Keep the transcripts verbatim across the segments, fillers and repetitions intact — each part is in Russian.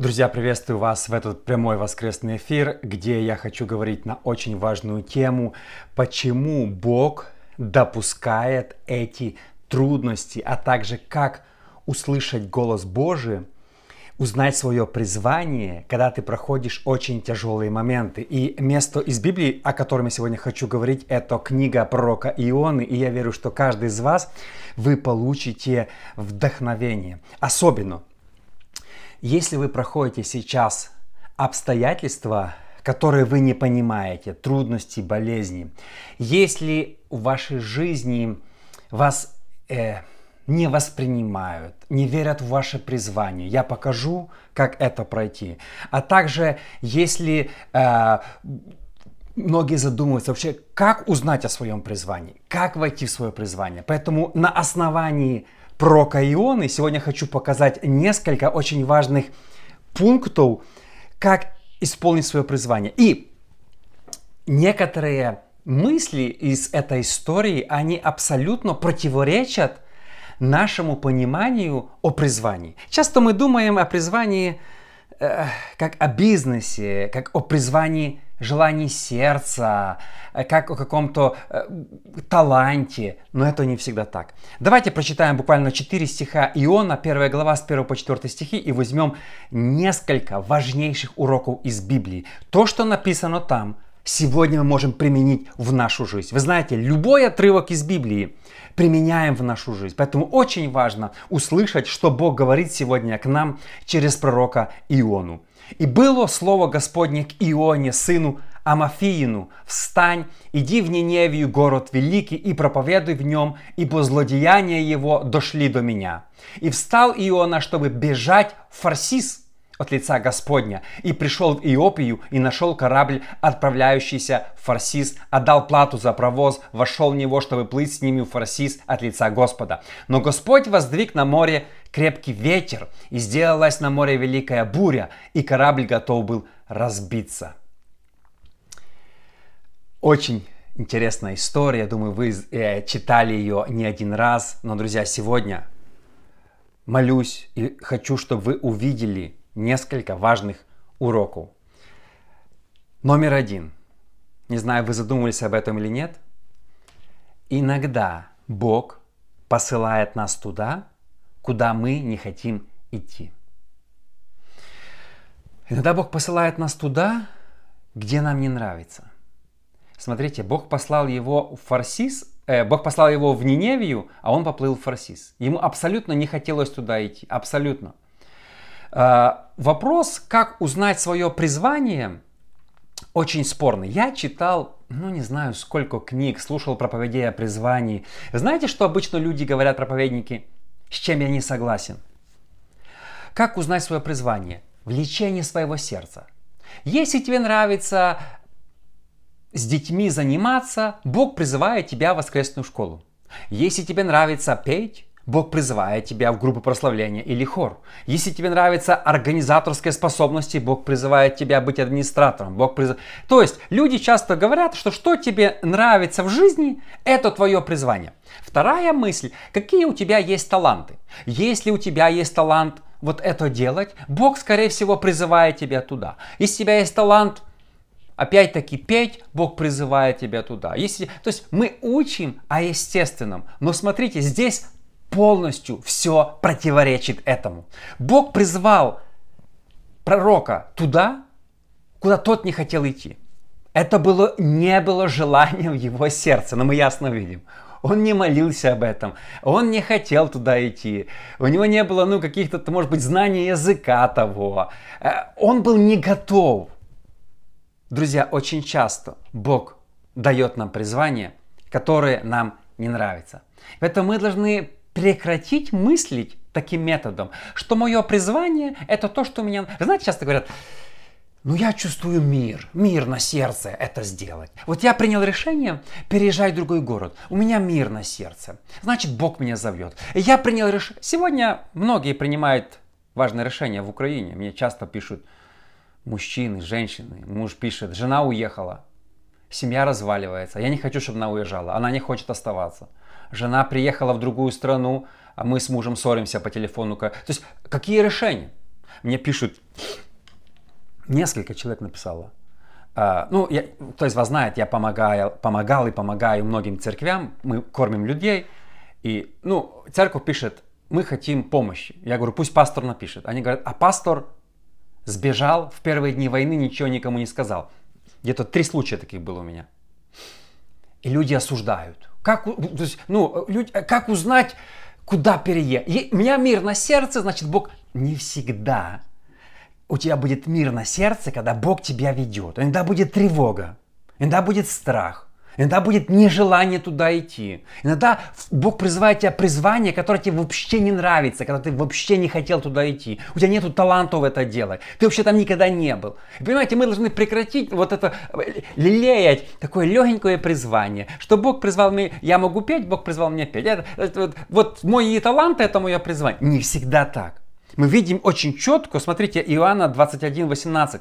Друзья, приветствую вас в этот прямой воскресный эфир, где я хочу говорить на очень важную тему, почему Бог допускает эти трудности, а также как услышать голос Божий, узнать свое призвание, когда ты проходишь очень тяжелые моменты. И место из Библии, о котором я сегодня хочу говорить, это книга пророка Ионы, и я верю, что каждый из вас, вы получите вдохновение. Особенно если вы проходите сейчас обстоятельства, которые вы не понимаете, трудности, болезни, если в вашей жизни вас э, не воспринимают, не верят в ваше призвание, я покажу, как это пройти. А также, если э, многие задумываются вообще, как узнать о своем призвании, как войти в свое призвание. Поэтому на основании пророка Ионы сегодня хочу показать несколько очень важных пунктов, как исполнить свое призвание. И некоторые мысли из этой истории, они абсолютно противоречат нашему пониманию о призвании. Часто мы думаем о призвании э, как о бизнесе, как о призвании желаний сердца, как о каком-то э, таланте, но это не всегда так. Давайте прочитаем буквально четыре стиха Иона, первая глава с первого по четвёртый стихи, и возьмем несколько важнейших уроков из Библии. То, что написано там, сегодня мы можем применить в нашу жизнь. Вы знаете, любой отрывок из Библии применяем в нашу жизнь. Поэтому очень важно услышать, что Бог говорит сегодня к нам через пророка Иону. «И было слово Господне к Ионе, сыну Амофиину: встань, иди в Ниневию, город великий, и проповедуй в нем, ибо злодеяния его дошли до меня. И встал Иона, чтобы бежать в Фарсис от лица Господня, и пришел в Иопию, и нашел корабль, отправляющийся в Фарсис, отдал плату за провоз, вошел в него, чтобы плыть с ними в Фарсис от лица Господа. Но Господь воздвиг на море крепкий ветер, и сделалась на море великая буря, и корабль готов был разбиться». Очень интересная история, думаю, вы э, читали ее не один раз, но, друзья, сегодня молюсь и хочу, чтобы вы увидели несколько важных уроков. Номер один. Не знаю, вы задумывались об этом или нет. Иногда Бог посылает нас туда, куда мы не хотим идти. Иногда Бог посылает нас туда, где нам не нравится. Смотрите, Бог послал его в Фарсис, э, Бог послал его в Ниневию, а он поплыл в Фарсис. Ему абсолютно не хотелось туда идти, абсолютно. Э, вопрос, как узнать свое призвание, очень спорный. Я читал, ну не знаю сколько книг, слушал проповедей о призвании. Знаете, что обычно люди говорят, проповедники, с чем я не согласен? Как узнать свое призвание? Влечение своего сердца. Если тебе нравится с детьми заниматься, Бог призывает тебя в воскресную школу. Если тебе нравится петь, Бог призывает тебя в группу прославления или хор. Если тебе нравятся организаторские способности, Бог призывает тебя быть администратором. Бог призыв... То есть люди часто говорят, что что тебе нравится в жизни, это твое призвание. Вторая мысль, какие у тебя есть таланты. Если у тебя есть талант вот это делать, Бог, скорее всего, призывает тебя туда. Если у тебя есть талант опять-таки петь, Бог призывает тебя туда. Если, то есть мы учим о естественном. Но смотрите, здесь полностью все противоречит этому. Бог призвал пророка туда, куда тот не хотел идти. Это было, не было желанием в его сердце, но мы ясно видим. Он не молился об этом, он не хотел туда идти. У него не было, ну, каких-то, может быть, знаний языка того. Он был не готов. Друзья, очень часто Бог дает нам призвание, которое нам не нравится. Поэтому мы должны прекратить мыслить таким методом, что мое призвание это то, что меня... Вы знаете, часто говорят, ну я чувствую мир, мир на сердце это сделать. Вот я принял решение переезжать в другой город, у меня мир на сердце, значит Бог меня зовет. И я принял решение... Сегодня многие принимают важное решение в Украине, мне часто пишут, мужчины, женщины, муж пишет, жена уехала, семья разваливается, я не хочу, чтобы она уезжала, она не хочет оставаться. Жена приехала в другую страну, а мы с мужем ссоримся по телефону. То есть, какие решения? Мне пишут, несколько человек написало. Uh, ну, я, кто из вас знает, я помогаю, помогал и помогаю многим церквям, мы кормим людей, и, ну, церковь пишет, мы хотим помощи. Я говорю, пусть пастор напишет. Они говорят, а пастор сбежал в первые дни войны, ничего никому не сказал. Где-то три случая таких было у меня. И люди осуждают. Как, то есть, ну, люди, как узнать, куда переехать? У меня мир на сердце, значит, Бог не всегда. У тебя будет мир на сердце, когда Бог тебя ведет. Иногда будет тревога, иногда будет страх, иногда будет нежелание туда идти. Иногда Бог призывает тебя призвание, которое тебе вообще не нравится, когда ты вообще не хотел туда идти. У тебя нету таланта в это делать. Ты вообще там никогда не был. И понимаете, мы должны прекратить вот это лелеять такое легенькое призвание, что Бог призвал меня, я могу петь, Бог призвал меня петь. Это, это, вот, вот мои таланты, это мое призвание. Не всегда так. Мы видим очень четко, смотрите, Иоанна двадцать один восемнадцать.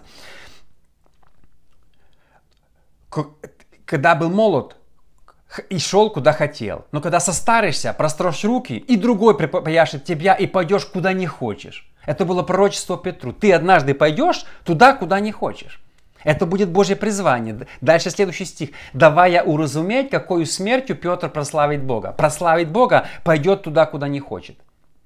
Когда был молод и шел, куда хотел. Но когда состаришься, прострешь руки, и другой припаяшет тебя, и пойдешь, куда не хочешь. Это было пророчество Петру. Ты однажды пойдешь туда, куда не хочешь. Это будет Божье призвание. Дальше следующий стих. «Давая уразуметь, какою смертью Петр прославит Бога». Прославить Бога пойдет туда, куда не хочет.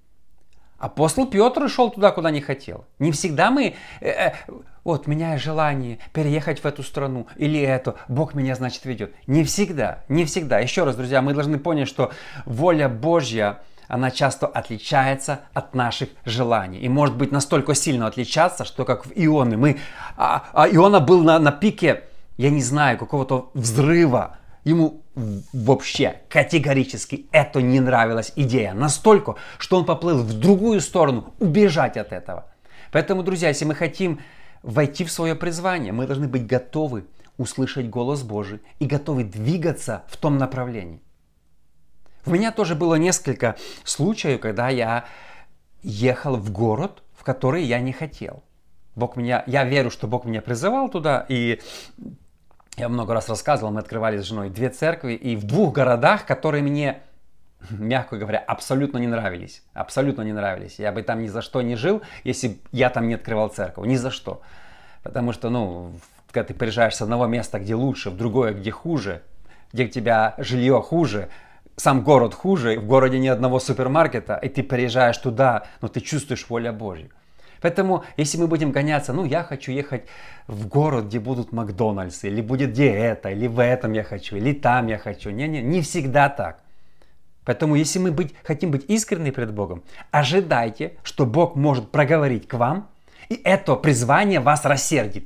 Апостол Петр шел туда, куда не хотел. Не всегда мы, э, э, вот, у меня желание переехать в эту страну или эту, Бог меня, значит, ведет. Не всегда, не всегда. Еще раз, друзья, мы должны понять, что воля Божья, она часто отличается от наших желаний. И может быть настолько сильно отличаться, что как в Ионе. Мы, а, а Иона был на, на пике, я не знаю, какого-то взрыва. Ему вообще категорически это не нравилась идея. Настолько, что он поплыл в другую сторону, убежать от этого. Поэтому, друзья, если мы хотим войти в свое призвание, мы должны быть готовы услышать голос Божий и готовы двигаться в том направлении. У меня тоже было несколько случаев, когда я ехал в город, в который я не хотел. Бог меня, я верю, что Бог меня призывал туда, и я много раз рассказывал, мы открывали с женой две церкви, и в двух городах, которые мне, мягко говоря, абсолютно не нравились. Абсолютно не нравились. Я бы там ни за что не жил, если я там не открывал церковь. Ни за что. Потому что, ну, когда ты переезжаешь с одного места, где лучше, в другое, где хуже, где у тебя жилье хуже, сам город хуже, в городе ни одного супермаркета, и ты переезжаешь туда, но ты чувствуешь волю Божью. Поэтому, если мы будем гоняться, ну, я хочу ехать в город, где будут Макдональдсы, или будет где это, или в этом я хочу, или там я хочу. Не-не, не всегда так. Поэтому, если мы быть, хотим быть искренны пред Богом, ожидайте, что Бог может проговорить к вам, и это призвание вас рассердит.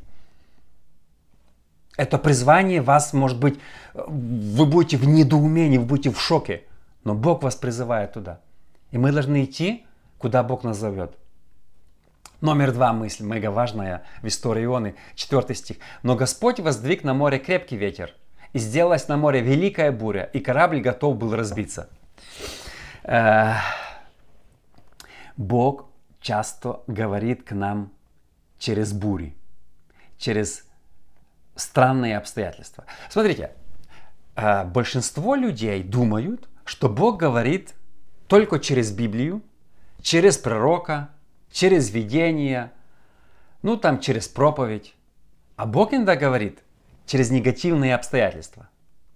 Это призвание вас, может быть, вы будете в недоумении, вы будете в шоке, но Бог вас призывает туда. И мы должны идти, куда Бог нас зовет. Номер два мысль, мега важная в истории Ионы, четвертый стих. «Но Господь воздвиг на море крепкий ветер, и сделалась на море великая буря, и корабль готов был разбиться». Бог часто говорит к нам через бури, через странные обстоятельства. Смотрите, большинство людей думают, что Бог говорит только через Библию, через пророка, через видение, ну там через проповедь. А Бог иногда говорит через негативные обстоятельства.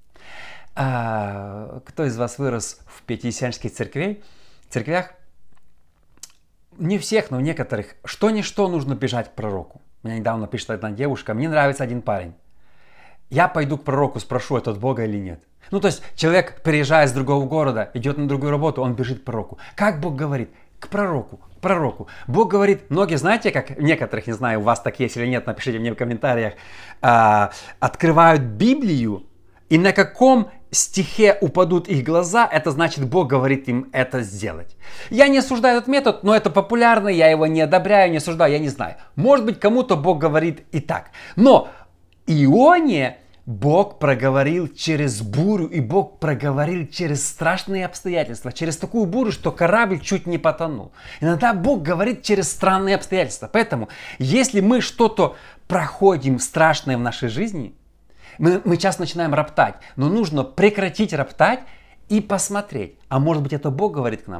А, кто из вас вырос в пятидесятнических церквей, церквях? Не всех, но в некоторых. Что ни что нужно бежать к пророку. Мне недавно пишет одна девушка, мне нравится один парень. Я пойду к пророку, спрошу, это от Бога или нет. Ну то есть человек, переезжая с другого города, идет на другую работу, он бежит к пророку. Как Бог говорит? К пророку, к пророку. Бог говорит, многие, знаете, как некоторых, не знаю, у вас так есть или нет, напишите мне в комментариях, а, открывают Библию, и на каком стихе упадут их глаза, это значит, Бог говорит им это сделать. Я не осуждаю этот метод, но это популярно, я его не одобряю, не осуждаю, я не знаю. Может быть, кому-то Бог говорит и так. Но Ионе Бог проговорил через бурю, и Бог проговорил через страшные обстоятельства, через такую бурю, что корабль чуть не потонул. Иногда Бог говорит через странные обстоятельства. Поэтому, если мы что-то проходим страшное в нашей жизни, мы, мы часто начинаем роптать, но нужно прекратить роптать и посмотреть. А может быть, это Бог говорит к нам?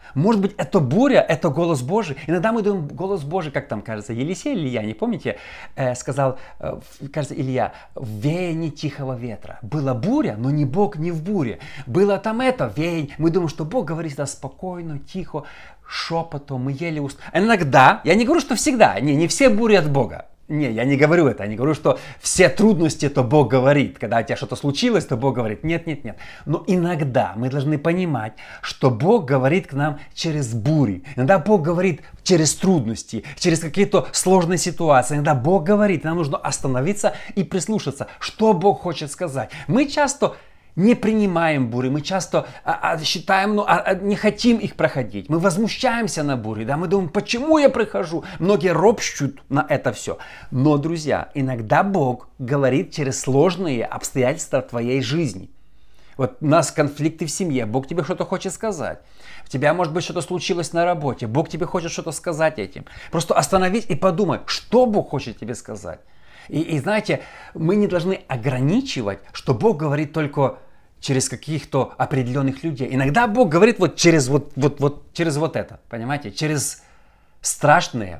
Может быть, это буря, это голос Божий. Иногда мы думаем, голос Божий, как там, кажется, Елисей или Илья, не помните, э, сказал, э, кажется, Илья, веяние тихого ветра. Была буря, но не Бог, не в буре. Было там это, веяние. Мы думаем, что Бог говорит да, спокойно, тихо, шепотом, мы еле уст. Иногда, я не говорю, что всегда, не, не все бури от Бога. Не, я не говорю это, я не говорю, что все трудности, то Бог говорит. Когда у тебя что-то случилось, то Бог говорит. Нет, нет, нет. Но иногда мы должны понимать, что Бог говорит к нам через бури. Иногда Бог говорит через трудности, через какие-то сложные ситуации. Иногда Бог говорит, и нам нужно остановиться и прислушаться, что Бог хочет сказать. Мы часто не принимаем бури, мы часто а, а, считаем, ну, а, а, не хотим их проходить. Мы возмущаемся на бури, да, мы думаем, почему я прохожу? Многие ропщут на это все. Но, друзья, иногда Бог говорит через сложные обстоятельства твоей жизни. Вот у нас конфликты в семье, Бог тебе что-то хочет сказать. У тебя, может быть, что-то случилось на работе, Бог тебе хочет что-то сказать этим. Просто остановись и подумай, что Бог хочет тебе сказать. И, и знаете, мы не должны ограничивать, что Бог говорит только через каких-то определенных людей. Иногда Бог говорит вот через вот, вот, вот, через вот это, понимаете, через страшные,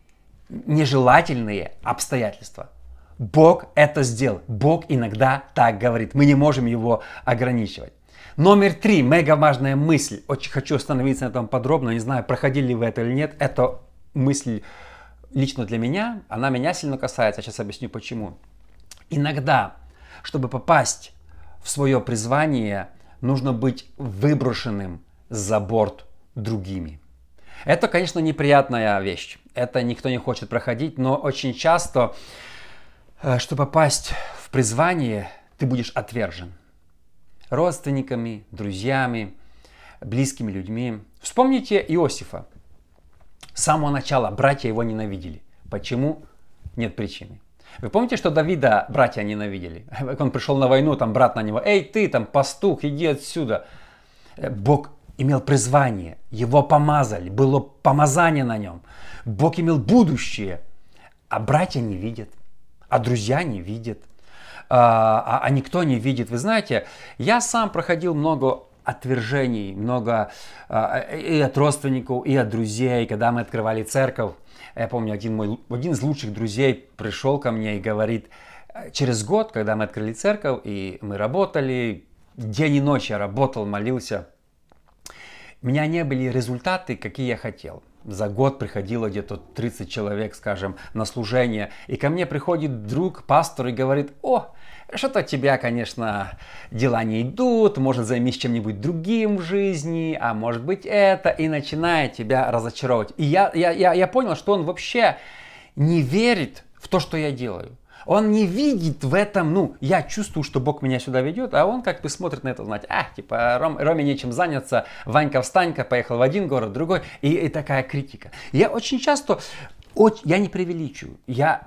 нежелательные обстоятельства. Бог это сделал. Бог иногда так говорит. Мы не можем его ограничивать. Номер три, мега важная мысль. Очень хочу остановиться на этом подробно. Не знаю, проходили вы это или нет. Это мысль лично для меня. Она меня сильно касается. Я сейчас объясню почему. Иногда, чтобы попасть в свое призвание, нужно быть выброшенным за борт другими. Это, конечно, неприятная вещь. Это никто не хочет проходить, но очень часто, чтобы попасть в призвание, ты будешь отвержен. Родственниками, друзьями, близкими людьми. Вспомните Иосифа. С самого начала братья его ненавидели. Почему? Нет причины. Вы помните, что Давида братья ненавидели? Он пришел на войну, там брат на него, эй, ты там пастух, иди отсюда. Бог имел призвание, его помазали, было помазание на нем. Бог имел будущее, а братья не видят, а друзья не видят, а, а, а никто не видит. Вы знаете, я сам проходил много отвержений, много а, и от родственников, и от друзей, когда мы открывали церковь. Я помню, один, мой, один из лучших друзей пришел ко мне и говорит, через год, когда мы открыли церковь, и мы работали, день и ночь я работал, молился, у меня не были результаты, какие я хотел. За год приходило где-то тридцать человек, скажем, на служение, и ко мне приходит друг, пастор, и говорит, о, что-то у тебя, конечно, дела не идут, может, займись чем-нибудь другим в жизни, а может быть это, и начинает тебя разочаровывать. И я, я, я, я понял, что он вообще не верит в то, что я делаю. Он не видит в этом, ну, я чувствую, что Бог меня сюда ведет, а он как бы смотрит на это, знаете, а, типа, Ром, Роме нечем заняться, Ванька-встанька поехал в один город, в другой, и, и такая критика. Я очень часто, очень, я не преувеличиваю, я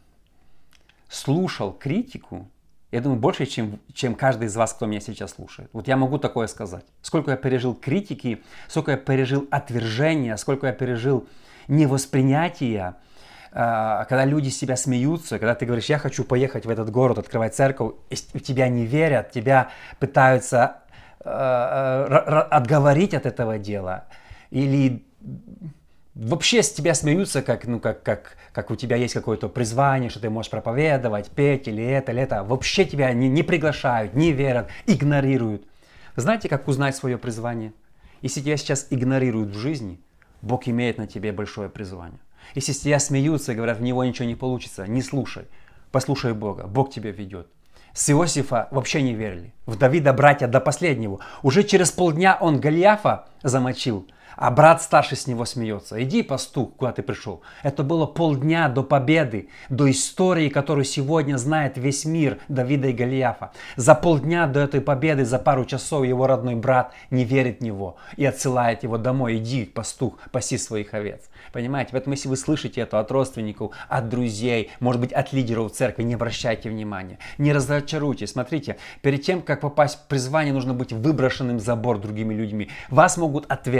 слушал критику, я думаю, больше, чем, чем каждый из вас, кто меня сейчас слушает. Вот я могу такое сказать. Сколько я пережил критики, сколько я пережил отвержения, сколько я пережил невоспринятия, когда люди с тебя смеются, когда ты говоришь, я хочу поехать в этот город, открывать церковь, и тебя не верят, тебя пытаются э, э, отговорить от этого дела, или вообще с тебя смеются, как, ну, как, как, как у тебя есть какое-то призвание, что ты можешь проповедовать, петь, или это, или это. Вообще тебя не, не приглашают, не верят, игнорируют. Знаете, как узнать свое призвание? Если тебя сейчас игнорируют в жизни, Бог имеет на тебе большое призвание. Если с тебя смеются и говорят, в него ничего не получится, не слушай, послушай Бога, Бог тебя ведет. С Иосифа вообще не верили. В Давида братья до последнего. Уже через полдня он Голиафа замочил, а брат старший с него смеется. Иди, пастух, куда ты пришел. Это было полдня до победы, до истории, которую сегодня знает весь мир Давида и Голиафа. За полдня до этой победы, за пару часов его родной брат не верит в него и отсылает его домой. Иди, пастух, паси своих овец. Понимаете? Поэтому если вы слышите это от родственников, от друзей, может быть, от лидеров церкви, не обращайте внимания. Не разочаруйтесь. Смотрите, перед тем, как попасть в призвание, нужно быть выброшенным за борт другими людьми. Вас могут отвергнуть.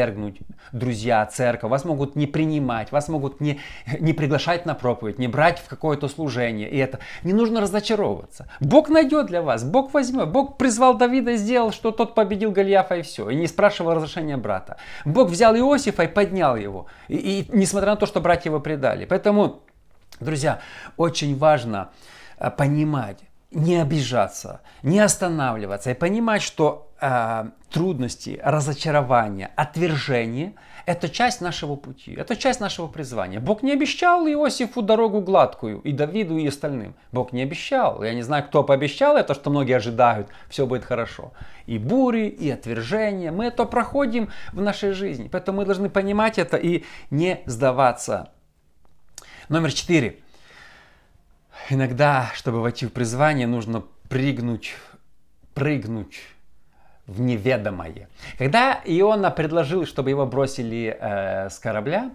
друзья, церковь, вас могут не принимать, вас могут не, не приглашать на проповедь, не брать в какое-то служение. И это не нужно разочаровываться. Бог найдет для вас, Бог возьмет. Бог призвал Давида и сделал, что тот победил Голиафа и все. И не спрашивал разрешения брата. Бог взял Иосифа и поднял его. И, и несмотря на то, что братья его предали. Поэтому, друзья, очень важно понимать, не обижаться, не останавливаться и понимать, что э, трудности, разочарования, отвержение – это часть нашего пути, это часть нашего призвания. Бог не обещал Иосифу дорогу гладкую, и Давиду, и остальным. Бог не обещал. Я не знаю, кто пообещал это, что многие ожидают, все будет хорошо. И бури, и отвержения, мы это проходим в нашей жизни. Поэтому мы должны понимать это и не сдаваться. Номер четыре. Иногда, чтобы войти в призвание, нужно прыгнуть, прыгнуть в неведомое. Когда Иона предложил, чтобы его бросили э, с корабля,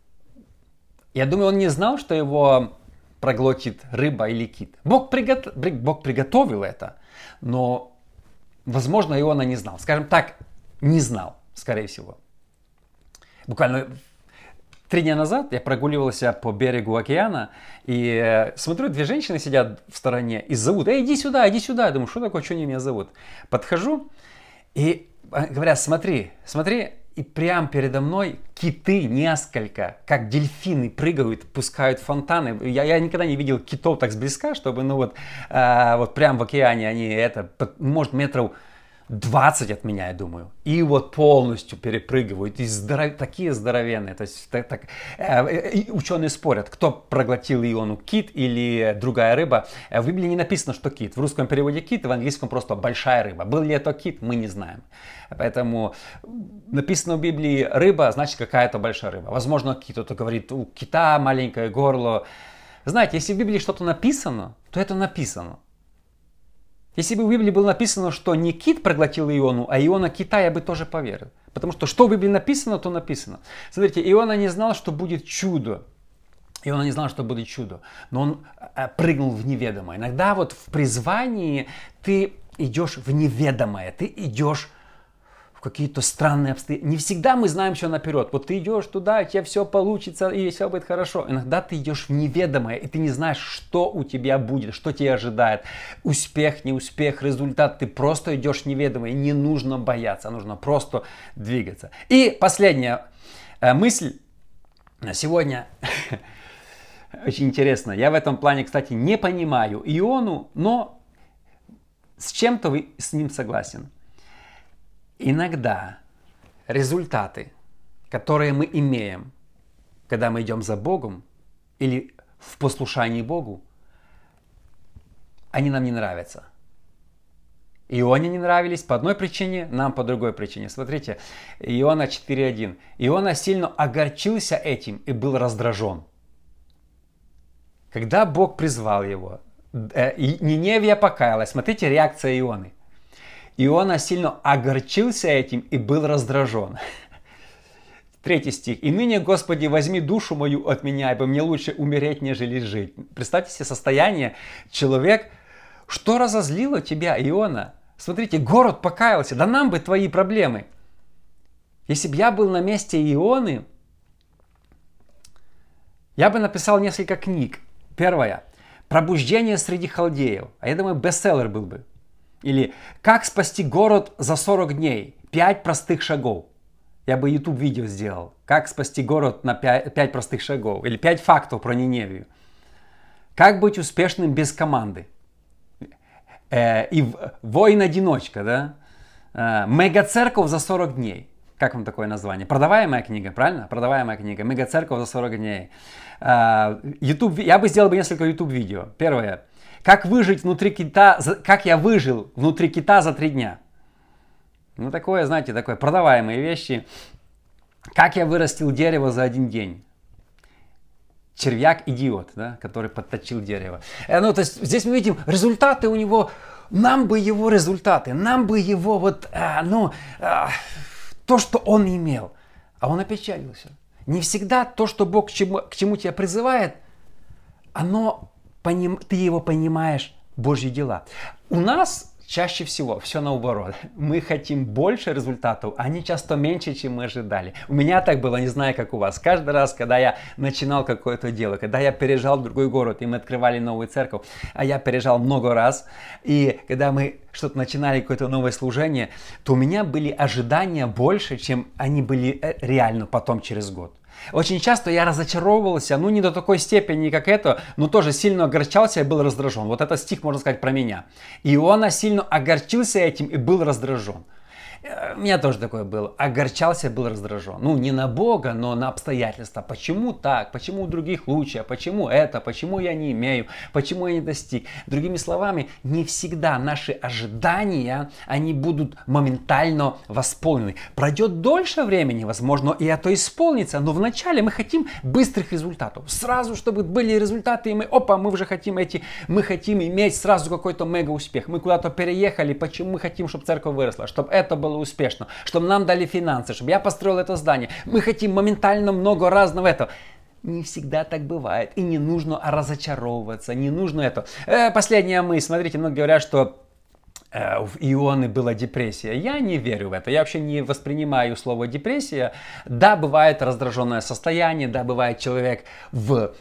я думаю, он не знал, что его проглотит рыба или кит. Бог, пригот... Бог приготовил это, но, возможно, Иона не знал. Скажем так, не знал, скорее всего. Буквально три дня назад я прогуливался по берегу океана и смотрю, две женщины сидят в стороне и зовут: «Эй, иди сюда, иди сюда». Я думаю, что такое, что они меня зовут? Подхожу и говорят: смотри, смотри, и прямо передо мной киты несколько, как дельфины, прыгают, пускают фонтаны. Я, я никогда не видел китов так сблизка, чтобы, ну вот, э, вот прямо в океане они, это, может, метров двадцать от меня, я думаю. И вот полностью перепрыгивают. И здоров... такие здоровенные. То есть, так, так, э, ученые спорят, кто проглотил Иону, кит или другая рыба. В Библии не написано, что кит. В русском переводе кит, в английском просто большая рыба. Был ли это кит, мы не знаем. Поэтому написано в Библии рыба, значит какая-то большая рыба. Возможно, кит. Кто-то говорит, у кита маленькое горло. Знаете, если в Библии что-то написано, то это написано. Если бы в Библии было написано, что не кит проглотил Иону, а Иона кита, я бы тоже поверил. Потому что что в Библии написано, то написано. Смотрите, Иона не знал, что будет чудо. Иона не знал, что будет чудо. Но он прыгнул в неведомое. Иногда вот в призвании ты идешь в неведомое. Ты идешь в какие-то странные обстоятельства. Не всегда мы знаем все наперед. Вот ты идешь туда, у тебя все получится, и все будет хорошо. Иногда ты идешь в неведомое, и ты не знаешь, что у тебя будет, что тебя ожидает. Успех, неуспех, результат. Ты просто идешь в неведомое. Не нужно бояться, нужно просто двигаться. И последняя мысль на сегодня. Очень интересно. Я в этом плане, кстати, не понимаю Иону, но с чем-то с ним согласен. Иногда результаты, которые мы имеем, когда мы идем за Богом или в послушании Богу, они нам не нравятся. Ионе не нравились по одной причине, нам по другой причине. Смотрите, Иона четыре один. Иона сильно огорчился этим и был раздражен. Когда Бог призвал его, Ниневия покаялась. Смотрите, реакция Ионы. Иона сильно огорчился этим и был раздражен. Третий стих. «И ныне, Господи, возьми душу мою от меня, ибо мне лучше умереть, нежели жить». Представьте себе состояние. Человек, что разозлило тебя, Иона? Смотрите, город покаялся. Да нам бы твои проблемы. Если бы я был на месте Ионы, я бы написал несколько книг. Первая. «Пробуждение среди халдеев». А я думаю, бестселлер был бы. Или «Как спасти город за сорок дней. Пять простых шагов». Я бы YouTube видео сделал. «Как спасти город на пять простых шагов». Или «Пять фактов про Ниневию». «Как быть успешным без команды». Э, и «Воин-одиночка». Да? Э, «Мега-церковь за сорок дней». Как вам такое название? Продаваемая книга, правильно? Продаваемая книга. «Мега-церковь за сорок дней». Э, YouTube, я бы сделал бы несколько YouTube видео. Первое. Как выжить внутри кита, как я выжил внутри кита за три дня. Ну, такое, знаете, такое продаваемые вещи. Как я вырастил дерево за один день. Червяк-идиот, да, который подточил дерево. Ну, то есть здесь мы видим результаты у него. Нам бы его результаты, нам бы его вот, а, ну, а, то, что он имел. А он опечалился. Не всегда то, что Бог к чему, к чему тебя призывает, оно... ты его понимаешь, Божьи дела. У нас Чаще всего все наоборот. Мы хотим больше результатов, а они часто меньше, чем мы ожидали. У меня так было, не знаю, как у вас. Каждый раз, когда я начинал какое-то дело, когда я переезжал в другой город, и мы открывали новую церковь, а я переезжал много раз, и когда мы что-то начинали, какое-то новое служение, то у меня были ожидания больше, чем они были реально потом через год. Очень часто я разочаровывался, ну не до такой степени, как это, но тоже сильно огорчался и был раздражен. Вот этот стих, можно сказать, про меня. Иона сильно огорчился этим и был раздражен. У меня тоже такое было. Огорчался, был раздражен. Ну, не на Бога, но на обстоятельства. Почему так? Почему у других лучше? Почему это? Почему я не имею? Почему я не достиг? Другими словами, не всегда наши ожидания, они будут моментально восполнены. Пройдет дольше времени, возможно, и это исполнится. Но вначале мы хотим быстрых результатов. Сразу, чтобы были результаты, и мы, опа, мы уже хотим эти, мы хотим иметь сразу какой-то мега успех. Мы куда-то переехали, почему мы хотим, чтобы церковь выросла? Чтобы это было успешно, чтобы нам дали финансы, чтобы я построил это здание. Мы хотим моментально много разного этого. Не всегда так бывает. И не нужно разочаровываться, не нужно это. Э, последняя мысль. Смотрите, многие говорят, что э, у Ионы была депрессия. Я не верю в это. Я вообще не воспринимаю слово депрессия. Да, бывает раздраженное состояние, да, бывает человек в...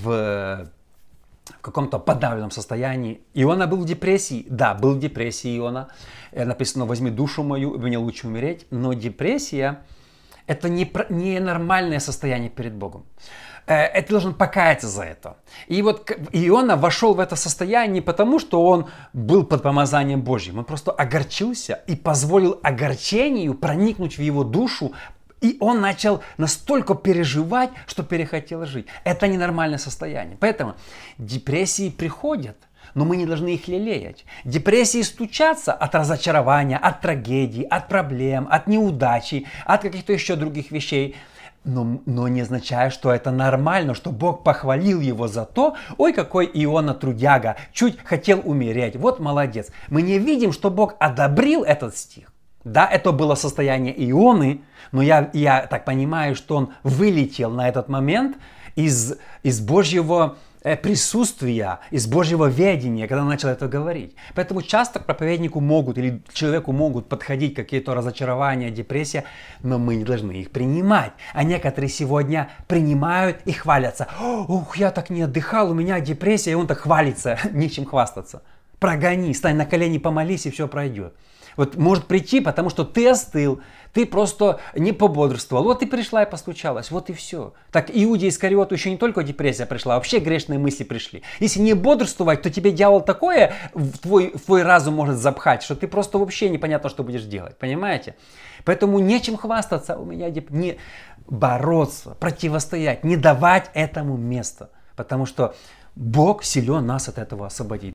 в в каком-то подавленном состоянии. Иона был в депрессии. Да, был в депрессии Иона. Написано: возьми душу мою, мне лучше умереть. Но депрессия — это не, не нормальное состояние перед Богом. Это должен покаяться за это. И вот Иона вошел в это состояние не потому, что он был под помазанием Божьим. Он просто огорчился и позволил огорчению проникнуть в его душу. И он начал настолько переживать, что перехотел жить. Это ненормальное состояние. Поэтому депрессии приходят, но мы не должны их лелеять. Депрессии стучатся от разочарования, от трагедий, от проблем, от неудачи, от каких-то еще других вещей. Но, но не означает, что это нормально, что Бог похвалил его за то: ой, какой Иона трудяга, чуть хотел умереть, вот молодец. Мы не видим, что Бог одобрил этот стих. Да, это было состояние Ионы, но я, я так понимаю, что он вылетел на этот момент из, из Божьего присутствия, из Божьего ведения, когда он начал это говорить. Поэтому часто к проповеднику могут или человеку могут подходить какие-то разочарования, депрессия, но мы не должны их принимать. А некоторые сегодня принимают и хвалятся. Ух, я так не отдыхал, у меня депрессия, и он так хвалится, нечем хвастаться. Прогони, стань на колени, помолись, и все пройдет. Вот может прийти, потому что ты остыл, ты просто не пободрствовал. Вот ты пришла и постучалась, вот и все. Так Иуде Искариоту еще не только депрессия пришла, а вообще грешные мысли пришли. Если не бодрствовать, то тебе дьявол такое в твой, в твой разум может запхать, что ты просто вообще непонятно, что будешь делать. Понимаете? Поэтому нечем хвастаться. У меня деп... не бороться, противостоять, не давать этому места. Потому что Бог силен нас от этого освободить.